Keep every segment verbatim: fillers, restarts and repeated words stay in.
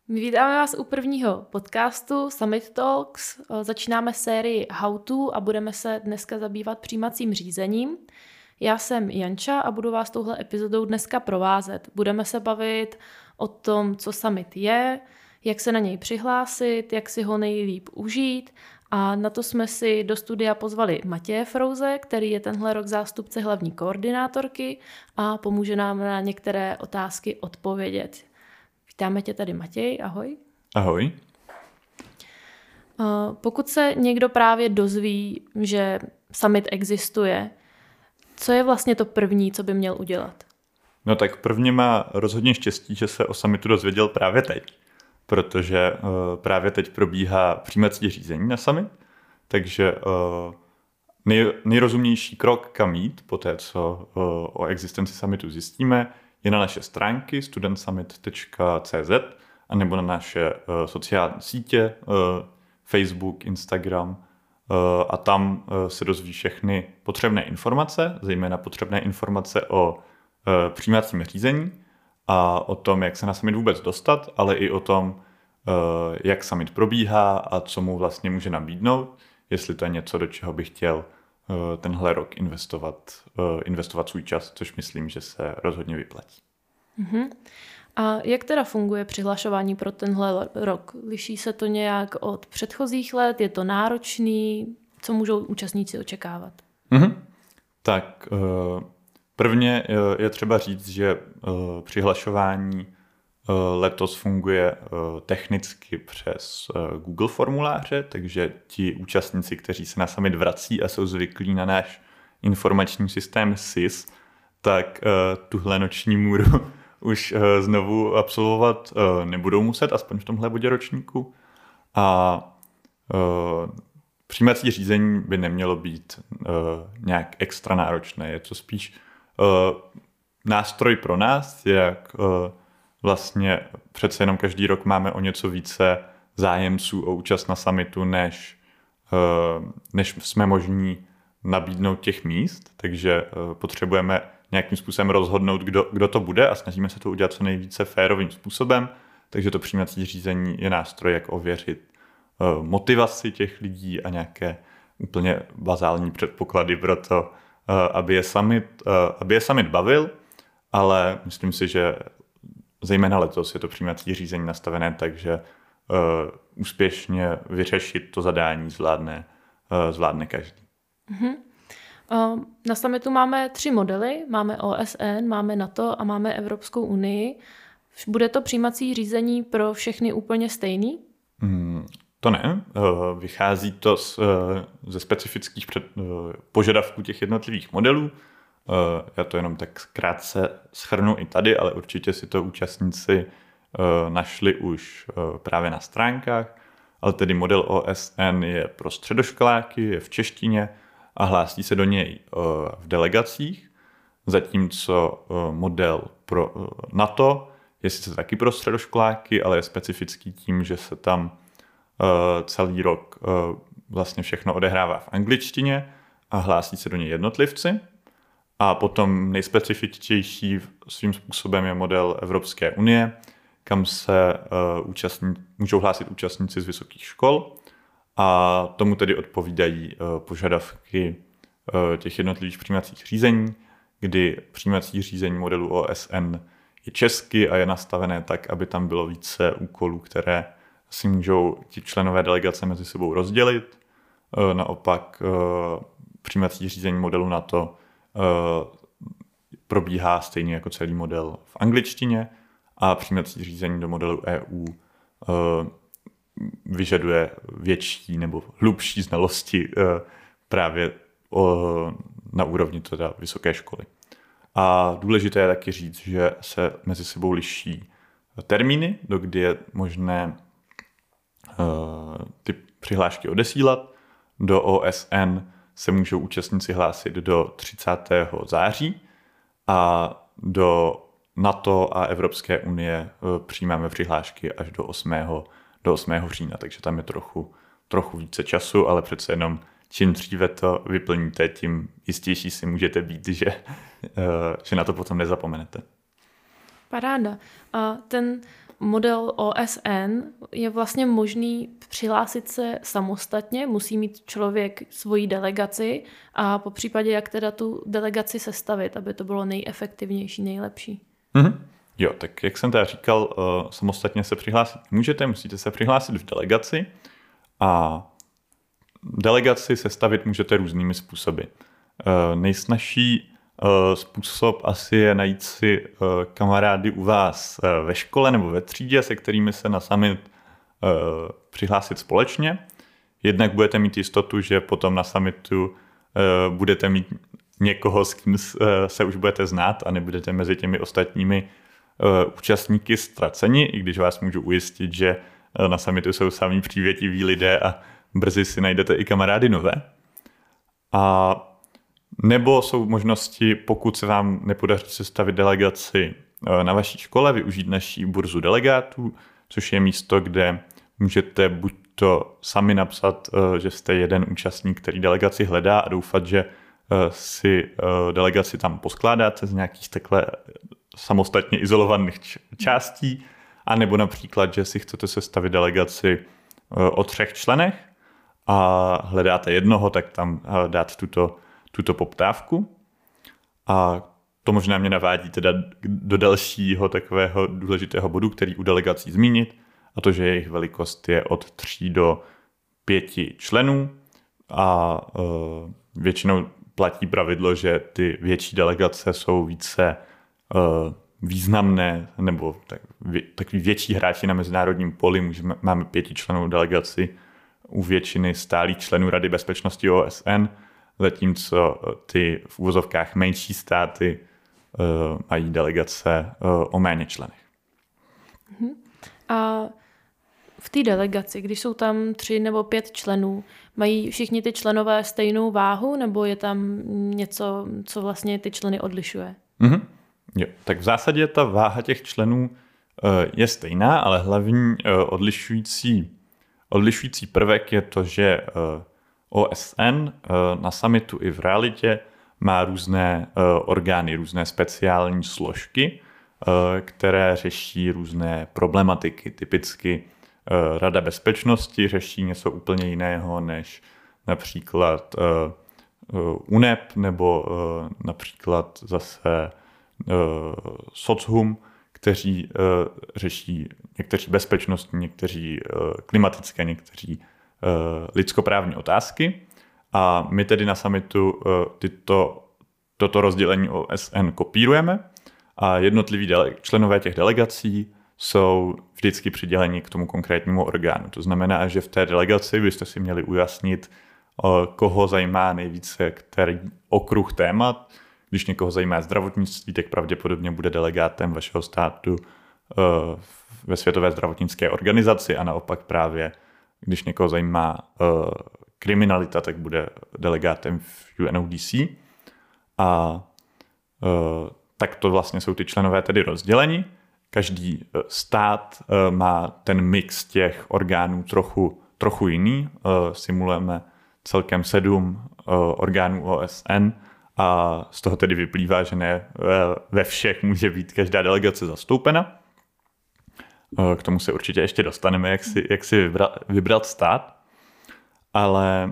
Vítáme vás u prvního podcastu Summit Talks. Začínáme sérii How to a budeme se dneska zabývat přijímacím řízením. Já jsem Janča a budu vás touhle epizodou dneska provázet. Budeme se bavit o tom, co Summit je, jak se na něj přihlásit, jak si ho nejlíp užít, a na to jsme si do studia pozvali Matěje Frouze, který je tenhle rok zástupce hlavní koordinátorky a pomůže nám na některé otázky odpovědět. Vítáme tě tady, Matěj, ahoj. Ahoj. Pokud se někdo právě dozví, že Summit existuje, co je vlastně to první, co by měl udělat? No tak prvně má rozhodně štěstí, že se o Summitu dozvěděl právě teď, protože uh, právě teď probíhá přijímací řízení na Summit, takže uh, nej, nejrozumnější krok, kam jít po té, co uh, o existenci Summitu zjistíme, je na naše stránky student summit tečka cé zet a nebo na naše uh, sociální sítě, uh, Facebook, Instagram, uh, a tam uh, se dozví všechny potřebné informace, zejména potřebné informace o uh, přijímacím řízení a o tom, jak se na Summit vůbec dostat, ale i o tom, uh, jak Summit probíhá a co mu vlastně může nabídnout, jestli to je něco, do čeho by chtěl uh, tenhle rok investovat, uh, investovat svůj čas, což myslím, že se rozhodně vyplatí. Uh-huh. A jak teda funguje přihlašování pro tenhle rok? Liší se to nějak od předchozích let? Je to náročný? Co můžou účastníci očekávat? Uh-huh. Tak uh, prvně je třeba říct, že uh, přihlašování uh, letos funguje uh, technicky přes uh, Google formuláře, takže ti účastníci, kteří se na Summit vrací a jsou zvyklí na náš informační systém S I S, tak uh, tuhle noční můru už uh, znovu absolvovat uh, nebudou muset, aspoň v tomhle bodě ročníku. A uh, přijímací řízení by nemělo být uh, nějak extra náročné. Je to spíš uh, nástroj pro nás, jak uh, vlastně přece jenom každý rok máme o něco více zájemců o účast na summitu, než, uh, než jsme možní nabídnout těch míst, takže uh, potřebujeme nějakým způsobem rozhodnout, kdo, kdo to bude a snažíme se to udělat co nejvíce férovým způsobem, takže to přijímací řízení je nástroj, jak ověřit uh, motivaci těch lidí a nějaké úplně bazální předpoklady pro to, uh, aby, je summit, uh, aby je summit bavil, ale myslím si, že zejména letos je to přijímací řízení nastavené tak, že uh, úspěšně vyřešit to zadání zvládne, uh, zvládne každý. Mm-hmm. Na summitu máme tři modely. Máme O S N, máme NATO a máme Evropskou unii. Bude to přijímací řízení pro všechny úplně stejný? Hmm, to ne. Vychází to z, ze specifických před, požadavků těch jednotlivých modelů. Já to jenom tak krátce shrnu i tady, ale určitě si to účastníci našli už právě na stránkách. Ale tedy model O S N je pro středoškoláky, je v češtině a hlásí se do něj v delegacích, zatímco model pro NATO je sice taky pro středoškoláky, ale je specifický tím, že se tam celý rok vlastně všechno odehrává v angličtině a hlásí se do něj jednotlivci. A potom nejspecifičtější svým způsobem je model Evropské unie, kam se účastní, můžou hlásit účastníci z vysokých škol, a tomu tedy odpovídají požadavky těch jednotlivých přijímacích řízení, kdy přijímací řízení modelu O S N je česky a je nastavené tak, aby tam bylo více úkolů, které si můžou ti členové delegace mezi sebou rozdělit. Naopak přijímací řízení modelu NATO probíhá stejně jako celý model v angličtině a přijímací řízení do modelu E U vyžaduje větší nebo hlubší znalosti právě na úrovni teda vysoké školy. A důležité je taky říct, že se mezi sebou liší termíny, do kdy je možné ty přihlášky odesílat. Do O S N se můžou účastníci hlásit do třicátého září a do NATO a Evropské unie přijímáme přihlášky až do osmého do osmého října, takže tam je trochu, trochu více času, ale přece jenom čím dříve to vyplníte, tím jistější si můžete být, že, že na to potom nezapomenete. Paráda. A ten model O S N je vlastně možný přihlásit se samostatně, musí mít člověk svoji delegaci a po případě, jak teda tu delegaci sestavit, aby to bylo nejefektivnější, nejlepší. Mm-hmm. Jo, tak jak jsem teda říkal, uh, samostatně se přihlásit můžete, musíte se přihlásit v delegaci a delegaci sestavit můžete různými způsoby. Uh, nejsnažší uh, způsob asi je najít si uh, kamarády u vás uh, ve škole nebo ve třídě, se kterými se na summit uh, přihlásit společně. Jednak budete mít jistotu, že potom na summitu uh, budete mít někoho, s kým uh, se už budete znát a nebudete mezi těmi ostatními uh, účastníky ztraceni, i když vás můžu ujistit, že uh, na summitu jsou samí přívětiví lidé a brzy si najdete i kamarády nové. A nebo jsou možnosti, pokud se vám nepodaří sestavit delegaci na vaší škole, využít naší burzu delegátů, což je místo, kde můžete buď to sami napsat, že jste jeden účastník, který delegaci hledá a doufat, že si delegaci tam poskládáte z nějakých takhle samostatně izolovaných částí, anebo například, že si chcete sestavit delegaci o třech členech a hledáte jednoho, tak tam dát tuto, tuto poptávku. A to možná mě navádí teda do dalšího takového důležitého bodu, který u delegací zmínit, a to, že jejich velikost je od tří do pěti členů a e, většinou platí pravidlo, že ty větší delegace jsou více e, významné, nebo tak, vě, takový větší hráči na mezinárodním poli. Můžeme, máme pětičlennou delegaci u většiny stálých členů Rady bezpečnosti O S N, zatímco ty v uvozovkách menší státy uh, mají delegace uh, o méně členech. A v té delegaci, když jsou tam tři nebo pět členů, mají všichni ty členové stejnou váhu, nebo je tam něco, co vlastně ty členy odlišuje? Mm-hmm. Jo, tak v zásadě ta váha těch členů uh, je stejná, ale hlavní uh, odlišující, odlišující prvek je to, že uh, O S N uh, na summitu i v realitě má různé uh, orgány, různé speciální složky, uh, které řeší různé problematiky. Typicky uh, Rada bezpečnosti řeší něco úplně jiného než například uh, uh, U N E P nebo uh, například zase uh, SOCHUM, kteří uh, řeší někteří bezpečnostní, někteří uh, klimatické, někteří uh, lidskoprávní otázky. A my tedy na summitu uh, tyto, toto rozdělení O S N kopírujeme a jednotliví dele- členové těch delegací jsou vždycky přiděleni k tomu konkrétnímu orgánu. To znamená, že v té delegaci byste si měli ujasnit, uh, koho zajímá nejvíce který okruh témat. Když někoho zajímá zdravotnictví, tak pravděpodobně bude delegátem vašeho státu uh, ve Světové zdravotnické organizaci a naopak právě, když někoho zajímá uh, kriminalita, tak bude delegátem v U N O D C. A uh, tak to vlastně jsou ty členové tedy rozděleni. Každý uh, stát uh, má ten mix těch orgánů trochu, trochu jiný. Uh, simulujeme celkem sedm uh, orgánů O S N, a z toho tedy vyplývá, že ne ve všech může být každá delegace zastoupena. K tomu se určitě ještě dostaneme, jak si, jak si vybrat, vybrat stát. Ale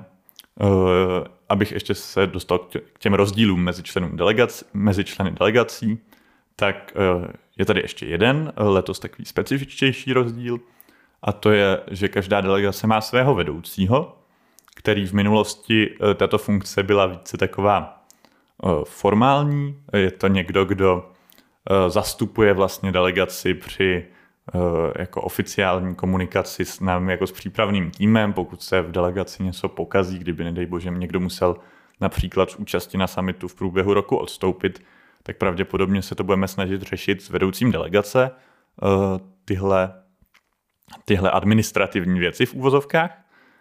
abych ještě se dostal k těm rozdílům mezi, delegací, mezi členy delegací, tak je tady ještě jeden, letos takový specifičtější rozdíl, a to je, že každá delegace má svého vedoucího, který v minulosti tato funkce byla více taková formální. Je to někdo, kdo zastupuje vlastně delegaci při jako oficiální komunikaci s námi jako s přípravným týmem, pokud se v delegaci něco pokazí, kdyby nedej bože někdo musel například z účasti na summitu v průběhu roku odstoupit, tak pravděpodobně se to budeme snažit řešit s vedoucím delegace. Tyhle, tyhle administrativní věci v úvozovkách.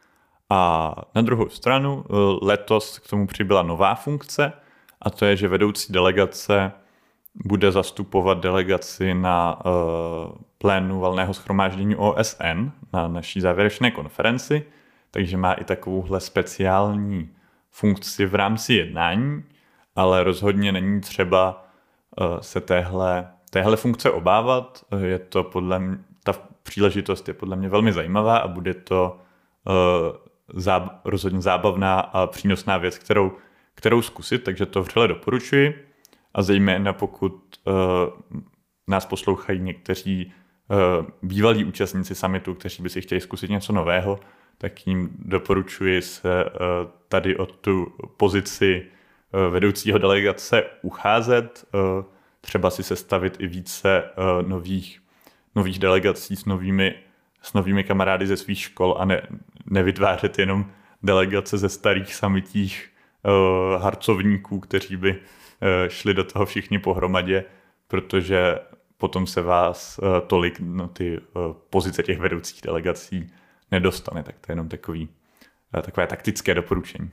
A na druhou stranu letos k tomu přibyla nová funkce, a to je, že vedoucí delegace bude zastupovat delegaci na uh, plénu valného shromáždění O S N na naší závěrečné konferenci, takže má i takovouhle speciální funkci v rámci jednání, ale rozhodně není třeba uh, se téhle, téhle funkce obávat. Je to podle mě, ta příležitost je podle mě velmi zajímavá a bude to záb, rozhodně zábavná a přínosná věc, kterou, kterou zkusit, takže to vřele doporučuji. A zejména pokud uh, nás poslouchají někteří uh, bývalí účastníci summitu, kteří by si chtěli zkusit něco nového, tak jim doporučuji se uh, tady o tu pozici uh, vedoucího delegace ucházet, uh, třeba si sestavit i více uh, nových, nových delegací s novými, s novými kamarády ze svých škol a ne, nevytvářet jenom delegace ze starých summitích uh, harcovníků, kteří by šli do toho všichni pohromadě, protože potom se vás tolik no, ty pozice těch vedoucích delegací nedostane. Tak to je jenom takový, takové taktické doporučení.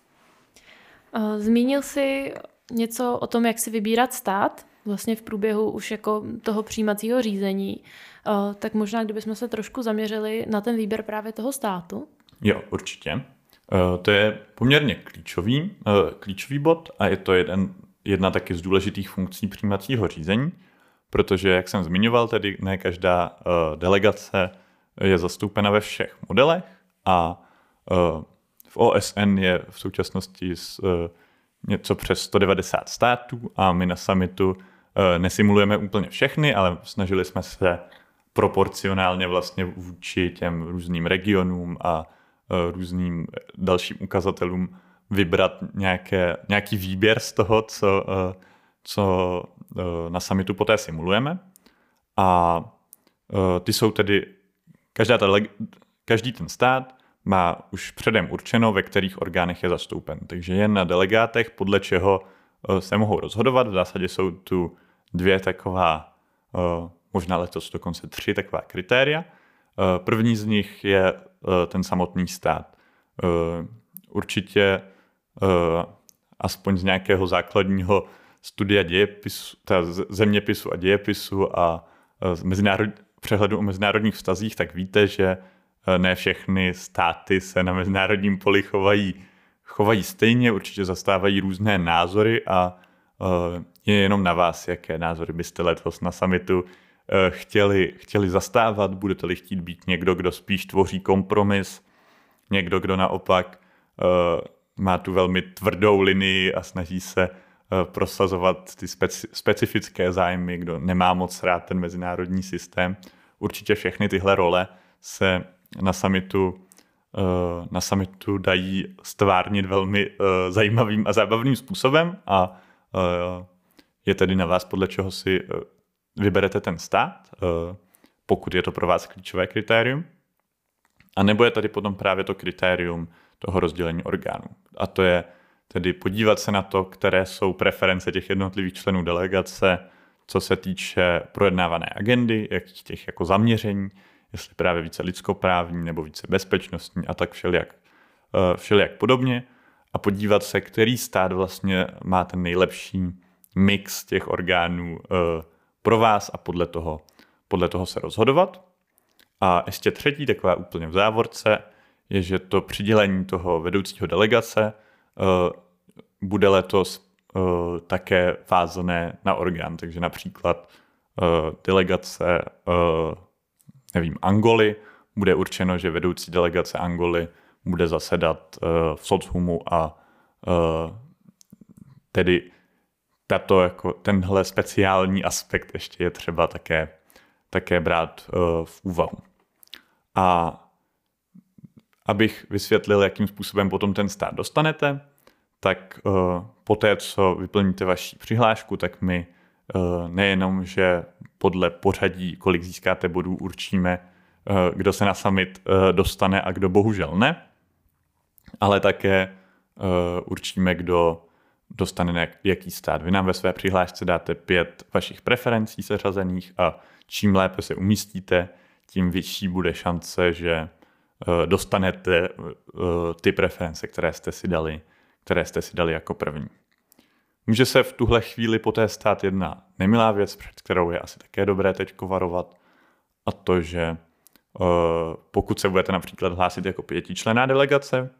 Zmínil jsi něco o tom, jak si vybírat stát vlastně v průběhu už jako toho přijímacího řízení. Tak možná, kdybychom se trošku zaměřili na ten výběr právě toho státu. Jo, určitě. To je poměrně klíčový, klíčový bod a je to jeden jedna taky z důležitých funkcí přijímacího řízení, protože, jak jsem zmiňoval, tedy ne každá uh, delegace je zastoupena ve všech modelech a uh, v O S N je v současnosti z, uh, něco přes sto devadesát států a my na summitu uh, nesimulujeme úplně všechny, ale snažili jsme se proporcionálně vlastně vůči těm různým regionům a uh, různým dalším ukazatelům vybrat nějaké, nějaký výběr z toho, co, co na summitu poté simulujeme. A ty jsou tedy, každá ta, každý ten stát má už předem určeno, ve kterých orgánech je zastoupen. Takže jen na delegátech, podle čeho se mohou rozhodovat. V zásadě jsou tu dvě taková, možná letos dokonce tři taková kritéria. První z nich je ten samotný stát. Určitě Uh, aspoň z nějakého základního studia dějepisu, zeměpisu a dějepisu a uh, z mezinárod, přehledu o mezinárodních vztazích, tak víte, že uh, ne všechny státy se na mezinárodním poli chovají, chovají stejně, určitě zastávají různé názory a uh, je jenom na vás, jaké názory byste letos na summitu uh, chtěli, chtěli zastávat. Budete-li chtít být někdo, kdo spíš tvoří kompromis, někdo, kdo naopak uh, má tu velmi tvrdou linii a snaží se prosazovat ty speci- specifické zájmy, kdo nemá moc rád ten mezinárodní systém. Určitě všechny tyhle role se na summitu, na summitu dají stvárnit velmi zajímavým a zábavným způsobem a je tedy na vás, podle čeho si vyberete ten stát, pokud je to pro vás klíčové kritérium. A nebo je tady potom právě to kritérium toho rozdělení orgánů. A to je tedy podívat se na to, které jsou preference těch jednotlivých členů delegace, co se týče projednávané agendy, jakých těch jako zaměření, jestli právě více lidskoprávní nebo více bezpečnostní a tak všelijak, všelijak podobně. A podívat se, který stát vlastně má ten nejlepší mix těch orgánů pro vás a podle toho, podle toho se rozhodovat. A ještě třetí, taková úplně v závorce, je, že to přidělení toho vedoucího delegace uh, bude letos uh, také vázané na orgán. Takže například uh, delegace uh, nevím, Angoly bude určeno, že vedoucí delegace Angoly bude zasedat uh, v Sochumu a uh, tedy tato, jako, tenhle speciální aspekt ještě je třeba také, také brát uh, v úvahu. A abych vysvětlil, jakým způsobem potom ten stát dostanete, tak uh, poté, co vyplníte vaši přihlášku, tak my uh, nejenom, že podle pořadí, kolik získáte bodů, určíme, uh, kdo se na summit uh, dostane a kdo bohužel ne, ale také uh, určíme, kdo dostane na jaký stát. Vy nám ve své přihlášce dáte pět vašich preferencí seřazených a čím lépe se umístíte, tím vyšší bude šance, že dostanete ty preference, které jste si dali, které jste si dali jako první. Může se v tuhle chvíli poté stát jedna nemilá věc, před kterou je asi také dobré teď varovat, a to, že pokud se budete například hlásit jako pětičlenná delegace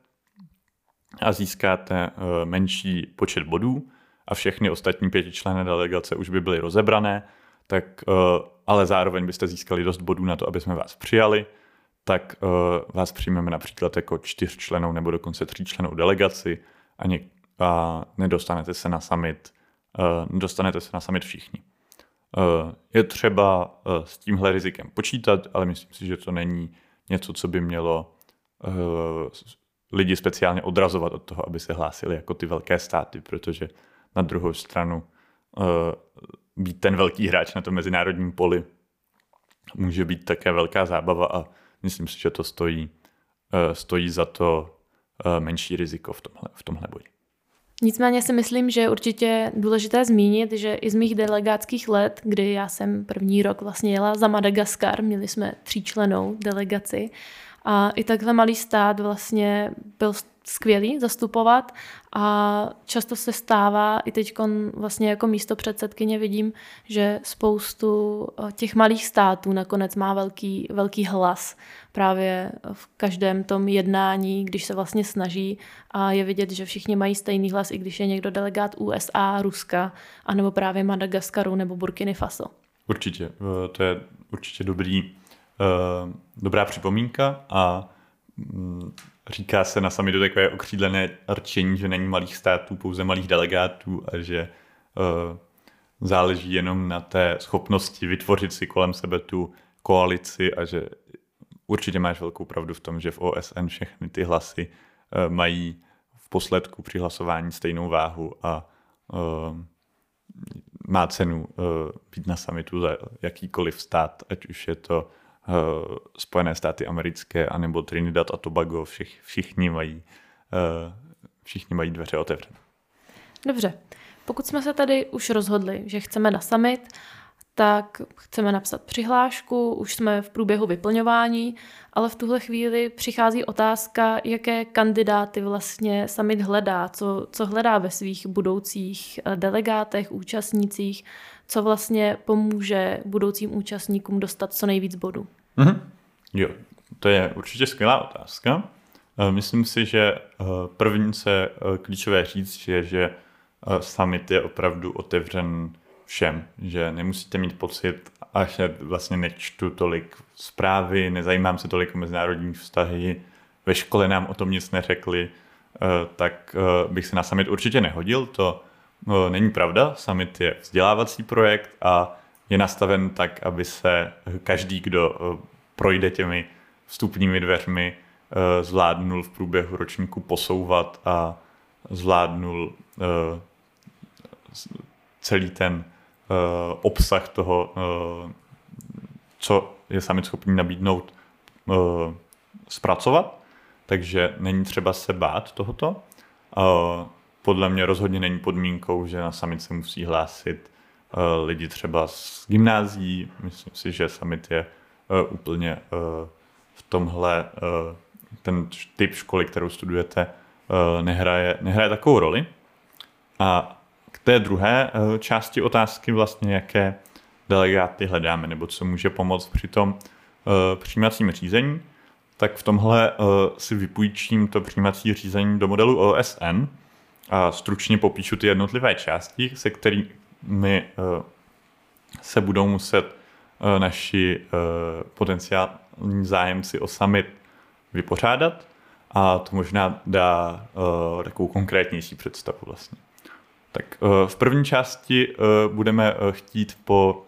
a získáte menší počet bodů a všechny ostatní pětičlenné delegace už by byly rozebrané, tak, ale zároveň byste získali dost bodů na to, aby jsme vás přijali, tak vás přijmeme například jako čtyřčlennou nebo dokonce tříčlennou delegaci a, ně, a nedostanete se na summit, nedostanete se na summit všichni. Je třeba s tímhle rizikem počítat, ale myslím si, že to není něco, co by mělo lidi speciálně odrazovat od toho, aby se hlásili jako ty velké státy, protože na druhou stranu být ten velký hráč na tom mezinárodním poli může být také velká zábava a myslím si, že to stojí, stojí za to menší riziko v tomhle, v tomhle boji. Nicméně si myslím, že je určitě důležité zmínit, že i z mých delegátských let, kdy já jsem první rok vlastně jela za Madagaskar, měli jsme tříčlennou delegaci a i takhle malý stát vlastně byl skvělý zastupovat a často se stává, i teď vlastně jako místopředsedkyně vidím, že spoustu těch malých států nakonec má velký, velký hlas právě v každém tom jednání, když se vlastně snaží a je vidět, že všichni mají stejný hlas, i když je někdo delegát U S A, Ruska, anebo právě Madagaskaru nebo Burkiny Faso. Určitě, to je určitě dobrý, dobrá připomínka a říká se na summitu takové okřídlené rčení, že není malých států, pouze malých delegátů a že uh, záleží jenom na té schopnosti vytvořit si kolem sebe tu koalici a že určitě máš velkou pravdu v tom, že v O S N všechny ty hlasy uh, mají v posledku při hlasování stejnou váhu a uh, má cenu uh, být na summitu za jakýkoliv stát, ať už je to Spojené státy americké anebo Trinidad a Tobago, všich, všichni, mají, všichni mají dveře otevřené. Dobře, pokud jsme se tady už rozhodli, že chceme na summit, tak chceme napsat přihlášku, už jsme v průběhu vyplňování, ale v tuhle chvíli přichází otázka, jaké kandidáty vlastně summit hledá, co, co hledá ve svých budoucích delegátech, účastnících, co vlastně pomůže budoucím účastníkům dostat co nejvíc bodů. Mm-hmm. Jo, to je určitě skvělá otázka. Myslím si, že první se klíčové říct je, že summit je opravdu otevřen všem, že nemusíte mít pocit, až vlastně nečtu tolik zprávy, nezajímám se tolik o mezinárodní vztahy, ve škole nám o tom nic neřekli, tak bych se na summit určitě nehodil. To není pravda. Summit je vzdělávací projekt a je nastaven tak, aby se každý, kdo projde těmi vstupními dveřmi, zvládnul v průběhu ročníku posouvat a zvládnul celý ten obsah toho, co je summit schopný nabídnout, zpracovat. Takže není třeba se bát tohoto. Podle mě rozhodně není podmínkou, že na summit se musí hlásit lidi třeba z gymnázií. Myslím si, že summit je úplně v tomhle, ten typ školy, kterou studujete, nehraje, nehraje takovou roli. A k té druhé části otázky vlastně, jaké delegáty hledáme, nebo co může pomoct při tom přijímacím řízení, tak v tomhle si vypůjčím to přijímací řízení do modelu O S N a stručně popíšu ty jednotlivé části, se kterými se budou muset naši potenciální zájemci o summit vypořádat a to možná dá takovou konkrétnější představu vlastně. Tak v první části budeme chtít po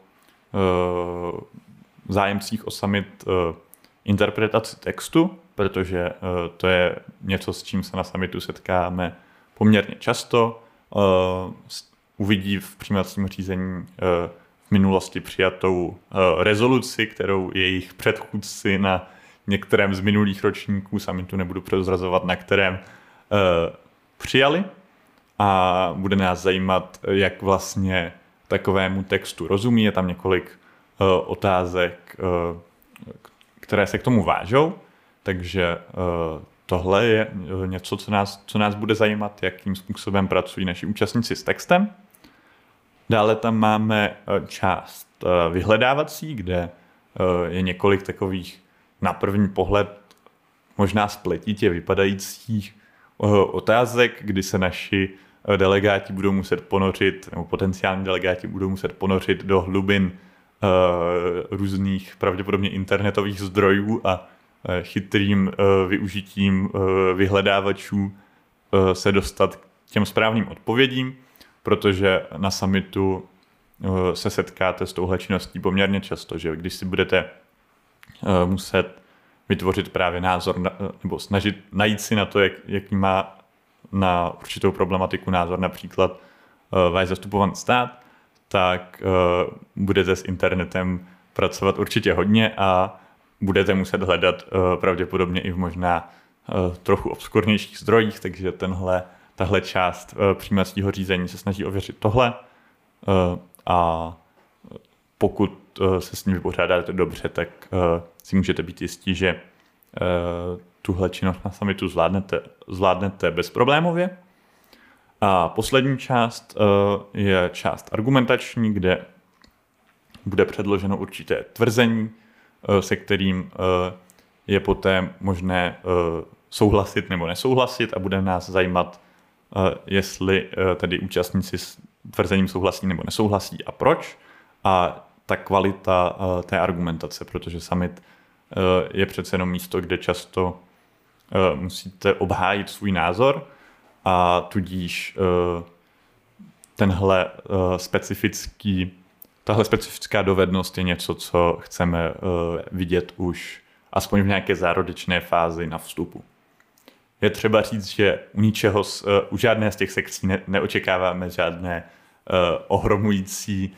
zájemcích o summit interpretaci textu, protože to je něco, s čím se na summitu setkáme poměrně často. Uvidí v přijímacím řízení v minulosti přijatou rezoluci, kterou jejich předchůdci na některém z minulých ročníků, summitu nebudu prozrazovat, na kterém přijali. A bude nás zajímat, jak vlastně takovému textu rozumí. Je tam několik otázek, které se k tomu vážou, takže tohle je něco, co nás, co nás bude zajímat, jakým způsobem pracují naši účastníci s textem. Dále tam máme část vyhledávací, kde je několik takových na první pohled možná spletitě vypadajících otázek, kdy se naši delegáti budou muset ponořit, nebo potenciální delegáti budou muset ponořit do hlubin různých pravděpodobně internetových zdrojů a chytrým využitím vyhledávačů se dostat k těm správným odpovědím, protože na summitu se setkáte s touhle činností poměrně často, že když si budete muset vytvořit právě názor nebo snažit najít si na to, jak, jaký má na určitou problematiku názor například váš zastupovaný stát, tak budete s internetem pracovat určitě hodně a budete muset hledat pravděpodobně i v možná trochu obskurnějších zdrojích, takže tenhle, tahle část přijímacího řízení se snaží ověřit tohle a pokud se s ním vypořádáte dobře, tak si můžete být jistí, že tuhle činnost na summitu zvládnete, zvládnete bezproblémově. A poslední část je část argumentační, kde bude předloženo určité tvrzení, se kterým je poté možné souhlasit nebo nesouhlasit a bude nás zajímat, jestli tedy účastníci s tvrzením souhlasí nebo nesouhlasí a proč. A ta kvalita té argumentace, protože summit je přece jenom místo, kde často musíte obhájit svůj názor a tudíž tenhle specifický, tahle specifická dovednost je něco, co chceme vidět už aspoň v nějaké zárodečné fázi na vstupu. Je třeba říct, že u ničeho, u žádné z těch sekcí ne, neočekáváme žádné ohromující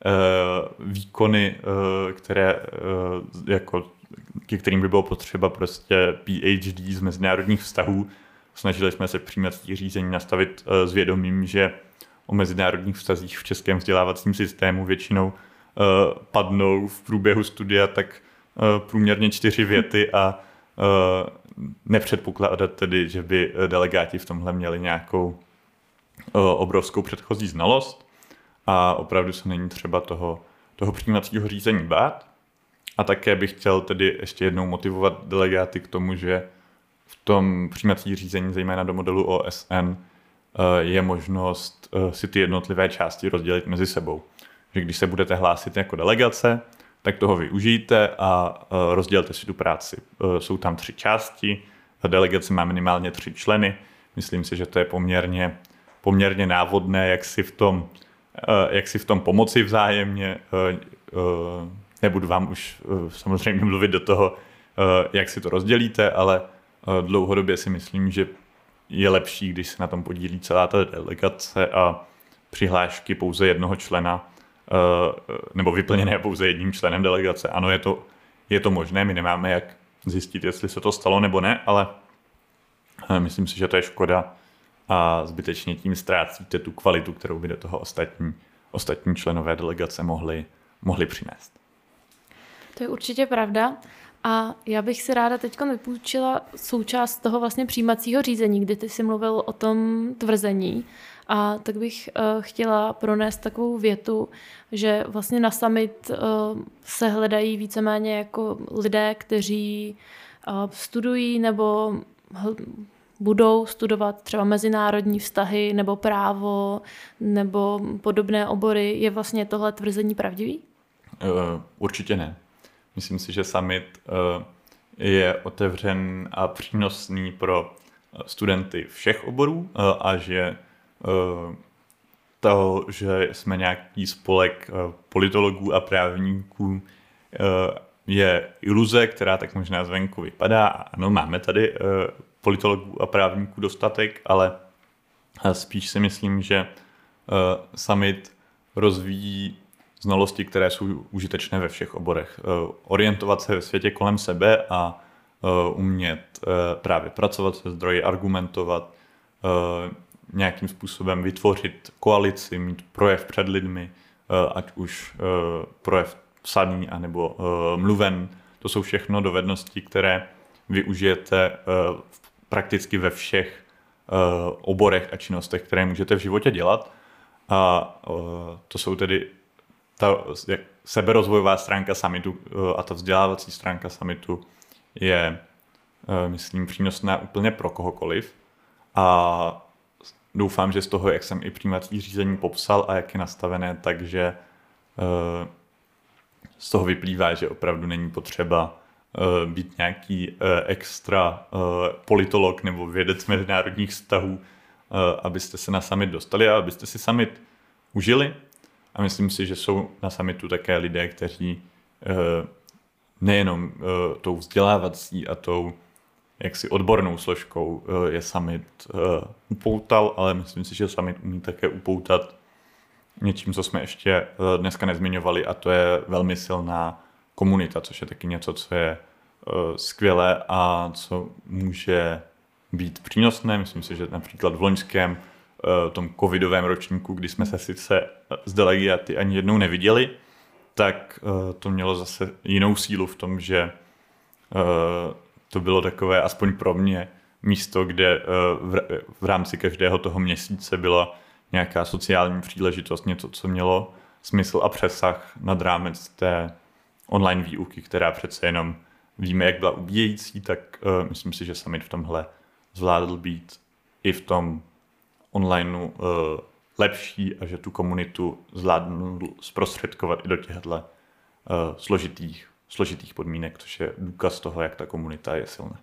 výkony, které jako ke kterým by bylo potřeba prostě P H D z mezinárodních vztahů. Snažili jsme se přijímací řízení nastavit s vědomím, že o mezinárodních vztazích v českém vzdělávacím systému většinou padnou v průběhu studia tak průměrně čtyři věty a nepředpokládat tedy, že by delegáti v tomhle měli nějakou obrovskou předchozí znalost a opravdu se není třeba toho, toho přijímacího řízení bát. A také bych chtěl tedy ještě jednou motivovat delegáty k tomu, že v tom přijímací řízení, zejména do modelu O S N, je možnost si ty jednotlivé části rozdělit mezi sebou. Že když se budete hlásit jako delegace, tak toho využijte a rozdělte si tu práci. Jsou tam tři části, delegace má minimálně tři členy. Myslím si, že to je poměrně, poměrně návodné, jak si v tom, jak si v tom pomoci vzájemně. Nebudu vám už samozřejmě mluvit do toho, jak si to rozdělíte, ale dlouhodobě si myslím, že je lepší, když se na tom podílí celá ta delegace a přihlášky pouze jednoho člena, nebo vyplněné pouze jedním členem delegace. Ano, je to, je to možné, my nemáme jak zjistit, jestli se to stalo nebo ne, ale myslím si, že to je škoda a zbytečně tím ztrácíte tu kvalitu, kterou by do toho ostatní, ostatní členové delegace mohli, mohli přinést. To je určitě pravda. A já bych si ráda teď vypůjčila součást toho vlastně přijímacího řízení, kdy ty jsi mluvil o tom tvrzení. A tak bych uh, chtěla pronést takovou větu, že vlastně na summit uh, se hledají víceméně jako lidé, kteří uh, studují nebo hl- budou studovat třeba mezinárodní vztahy nebo právo nebo podobné obory. Je vlastně tohle tvrzení pravdivý? Uh, určitě ne. Myslím si, že summit uh, je otevřen a přínosný pro studenty všech oborů uh, a že uh, to, že jsme nějaký spolek uh, politologů a právníků, uh, je iluze, která tak možná zvenku vypadá. Ano, máme tady uh, politologů a právníků dostatek, ale spíš si myslím, že uh, summit rozvíjí znalosti, které jsou užitečné ve všech oborech. Orientovat se ve světě kolem sebe a umět právě pracovat se zdroji, argumentovat, nějakým způsobem vytvořit koalici, mít projev před lidmi, ať už projev psaný anebo mluven. To jsou všechno dovednosti, které využijete prakticky ve všech oborech a činnostech, které můžete v životě dělat. A to jsou tedy ta seberozvojová stránka summitu a ta vzdělávací stránka summitu je, myslím, přínosná úplně pro kohokoliv. A doufám, že z toho, jak jsem i přijímací řízení popsal a jak je nastavené, takže z toho vyplývá, že opravdu není potřeba být nějaký extra politolog nebo vědec mezinárodních vztahů, abyste se na summit dostali a abyste si summit užili. A myslím si, že jsou na summitu také lidé, kteří nejenom tou vzdělávací a tou jaksi odbornou složkou je summit upoutal, ale myslím si, že summit umí také upoutat něčím, co jsme ještě dneska nezmiňovali, a to je velmi silná komunita, což je taky něco, co je skvělé a co může být přínosné. Myslím si, že například v loňském tom covidovém ročníku, kdy jsme se sice s delegáty ani jednou neviděli, tak to mělo zase jinou sílu v tom, že to bylo takové, aspoň pro mě, místo, kde v rámci každého toho měsíce byla nějaká sociální příležitost, něco, co mělo smysl a přesah nad rámec té online výuky, která přece jenom víme, jak byla ubíjející, tak uh, myslím si, že summit v tomhle zvládl být i v tom onlineu uh, lepší a že tu komunitu zvládnul zprostředkovat i do těchto uh, složitých, složitých podmínek, což je důkaz toho, jak ta komunita je silná.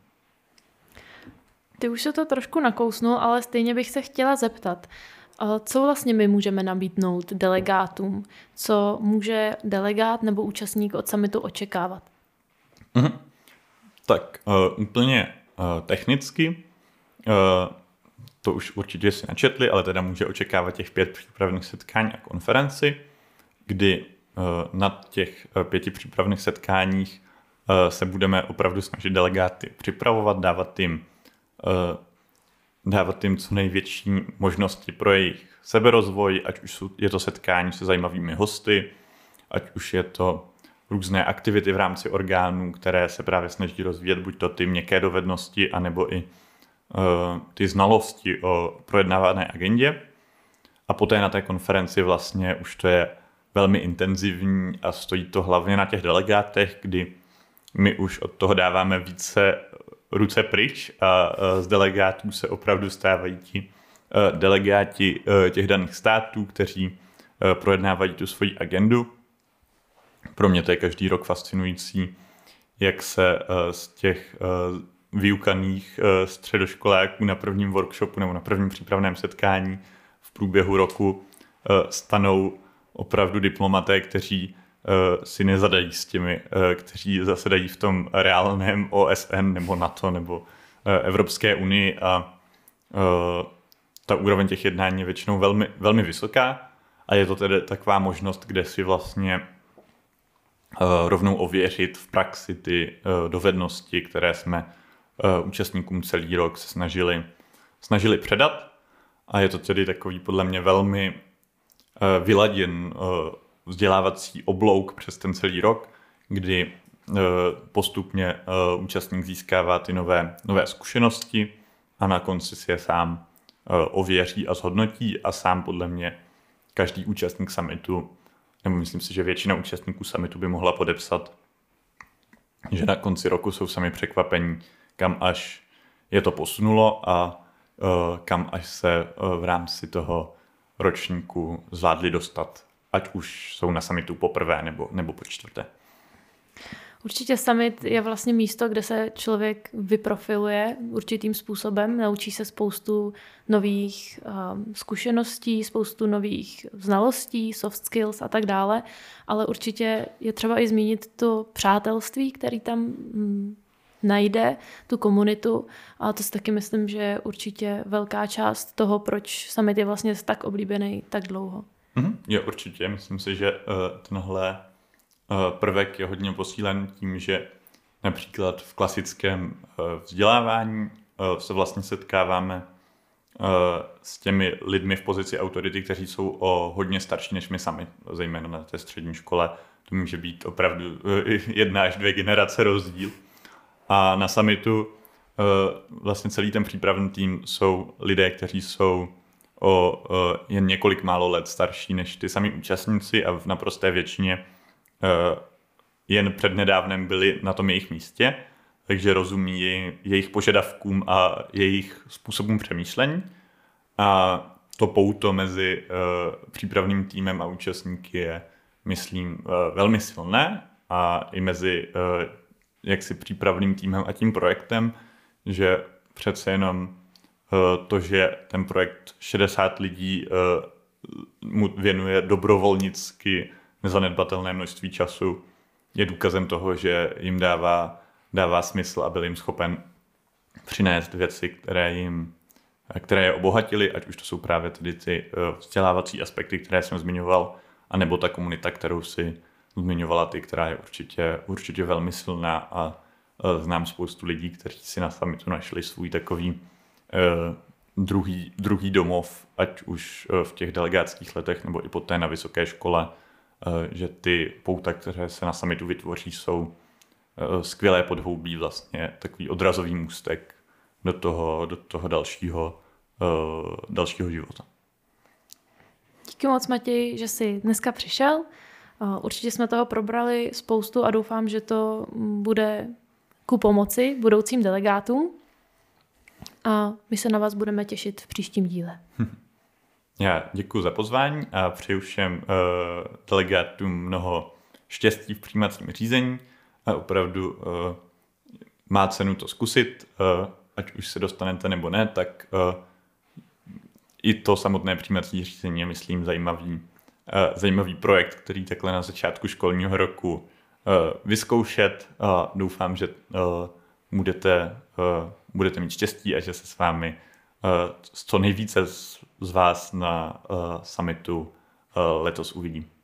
Ty už se to trošku nakousnul, ale stejně bych se chtěla zeptat, co vlastně my můžeme nabídnout delegátům? Co může delegát nebo účastník od summitu očekávat? Mhm. Tak uh, úplně uh, technicky, uh, to už určitě si načetli, ale teda může očekávat těch pět přípravných setkání a konferenci, kdy uh, na těch uh, pěti přípravných setkáních uh, se budeme opravdu snažit delegáty připravovat, dávat jim uh, dávat jim co největší možnosti pro jejich seberozvoj, ať už je to setkání se zajímavými hosty, ať už je to různé aktivity v rámci orgánů, které se právě snaží rozvíjet buď to ty měkké dovednosti, anebo i uh, ty znalosti o projednávané agendě. A poté na té konferenci vlastně už to je velmi intenzivní a stojí to hlavně na těch delegátech, kdy my už od toho dáváme více ruce pryč a z delegátů se opravdu stávají ti delegáti těch daných států, kteří projednávají tu svoji agendu. Pro mě to je každý rok fascinující, jak se z těch vyukaných středoškoláků na prvním workshopu nebo na prvním přípravném setkání v průběhu roku stanou opravdu diplomaté, kteří si nezadají s těmi, kteří zasedají v tom reálném O S N nebo NATO nebo Evropské unii, a ta úroveň těch jednání je většinou velmi, velmi vysoká a je to tedy taková možnost, kde si vlastně rovnou ověřit v praxi ty dovednosti, které jsme účastníkům celý rok se snažili, snažili předat, a je to tedy takový podle mě velmi vyladěn vzdělávací oblouk přes ten celý rok, kdy postupně účastník získává ty nové, nové zkušenosti a na konci si je sám ověří a zhodnotí, a sám podle mě každý účastník summitu, nebo myslím si, že většina účastníků summitu by mohla podepsat, že na konci roku jsou sami překvapení, kam až je to posunulo a kam až se v rámci toho ročníku zvládli dostat, ať už jsou na summitu poprvé nebo, nebo po čtvrté. Určitě summit je vlastně místo, kde se člověk vyprofiluje určitým způsobem, naučí se spoustu nových um, zkušeností, spoustu nových znalostí, soft skills a tak dále, ale určitě je třeba i zmínit to přátelství, který tam mm, najde, tu komunitu, a to si taky myslím, že je určitě velká část toho, proč summit je vlastně tak oblíbený tak dlouho. Mm-hmm. Jo, určitě. Myslím si, že uh, tenhle prvek je hodně posílen tím, že například v klasickém vzdělávání se vlastně setkáváme s těmi lidmi v pozici autority, kteří jsou o hodně starší než my sami, zejména na té střední škole. To může být opravdu jedna až dvě generace rozdíl. A na summitu vlastně celý ten přípravný tým jsou lidé, kteří jsou o jen několik málo let starší než ty sami účastníci a v naprosté většině jen přednedávnem byli na tom jejich místě, takže rozumí jejich požadavkům a jejich způsobům přemýšlení. A to pouto mezi přípravným týmem a účastníky je, myslím, velmi silné a i mezi jaksi přípravným týmem a tím projektem, že přece jenom to, že ten projekt šedesát lidí mu věnuje dobrovolnicky nezanedbatelné množství času, je důkazem toho, že jim dává, dává smysl a byl jim schopen přinést věci, které jim které je obohatily, ať už to jsou právě tedy ty vzdělávací aspekty, které jsem zmiňoval, anebo ta komunita, kterou si zmiňovala ty, která je určitě, určitě velmi silná a znám spoustu lidí, kteří si na summitu našli svůj takový eh, druhý, druhý domov, ať už v těch delegátských letech, nebo i poté na vysoké škole, eh, že ty pouta, které se na summitu vytvoří, jsou eh, skvělé podhoubí, vlastně takový odrazový můstek do toho, do toho dalšího, uh, dalšího života. Díky moc, Matěj, že jsi dneska přišel. Uh, určitě jsme toho probrali spoustu a doufám, že to bude ku pomoci budoucím delegátům. A my se na vás budeme těšit v příštím díle. Já děkuji za pozvání a přeju všem uh, delegátům mnoho štěstí v přijímacím řízení a opravdu uh, má cenu to zkusit, uh, ať už se dostanete nebo ne, tak uh, i to samotné přijímací řízení je, myslím, zajímavý, uh, zajímavý projekt, který takhle na začátku školního roku uh, vyzkoušet. Uh, doufám, že uh, budete, uh, budete mít štěstí a že se s vámi uh, co nejvíce z, z vás na uh, summitu uh, letos uvidím.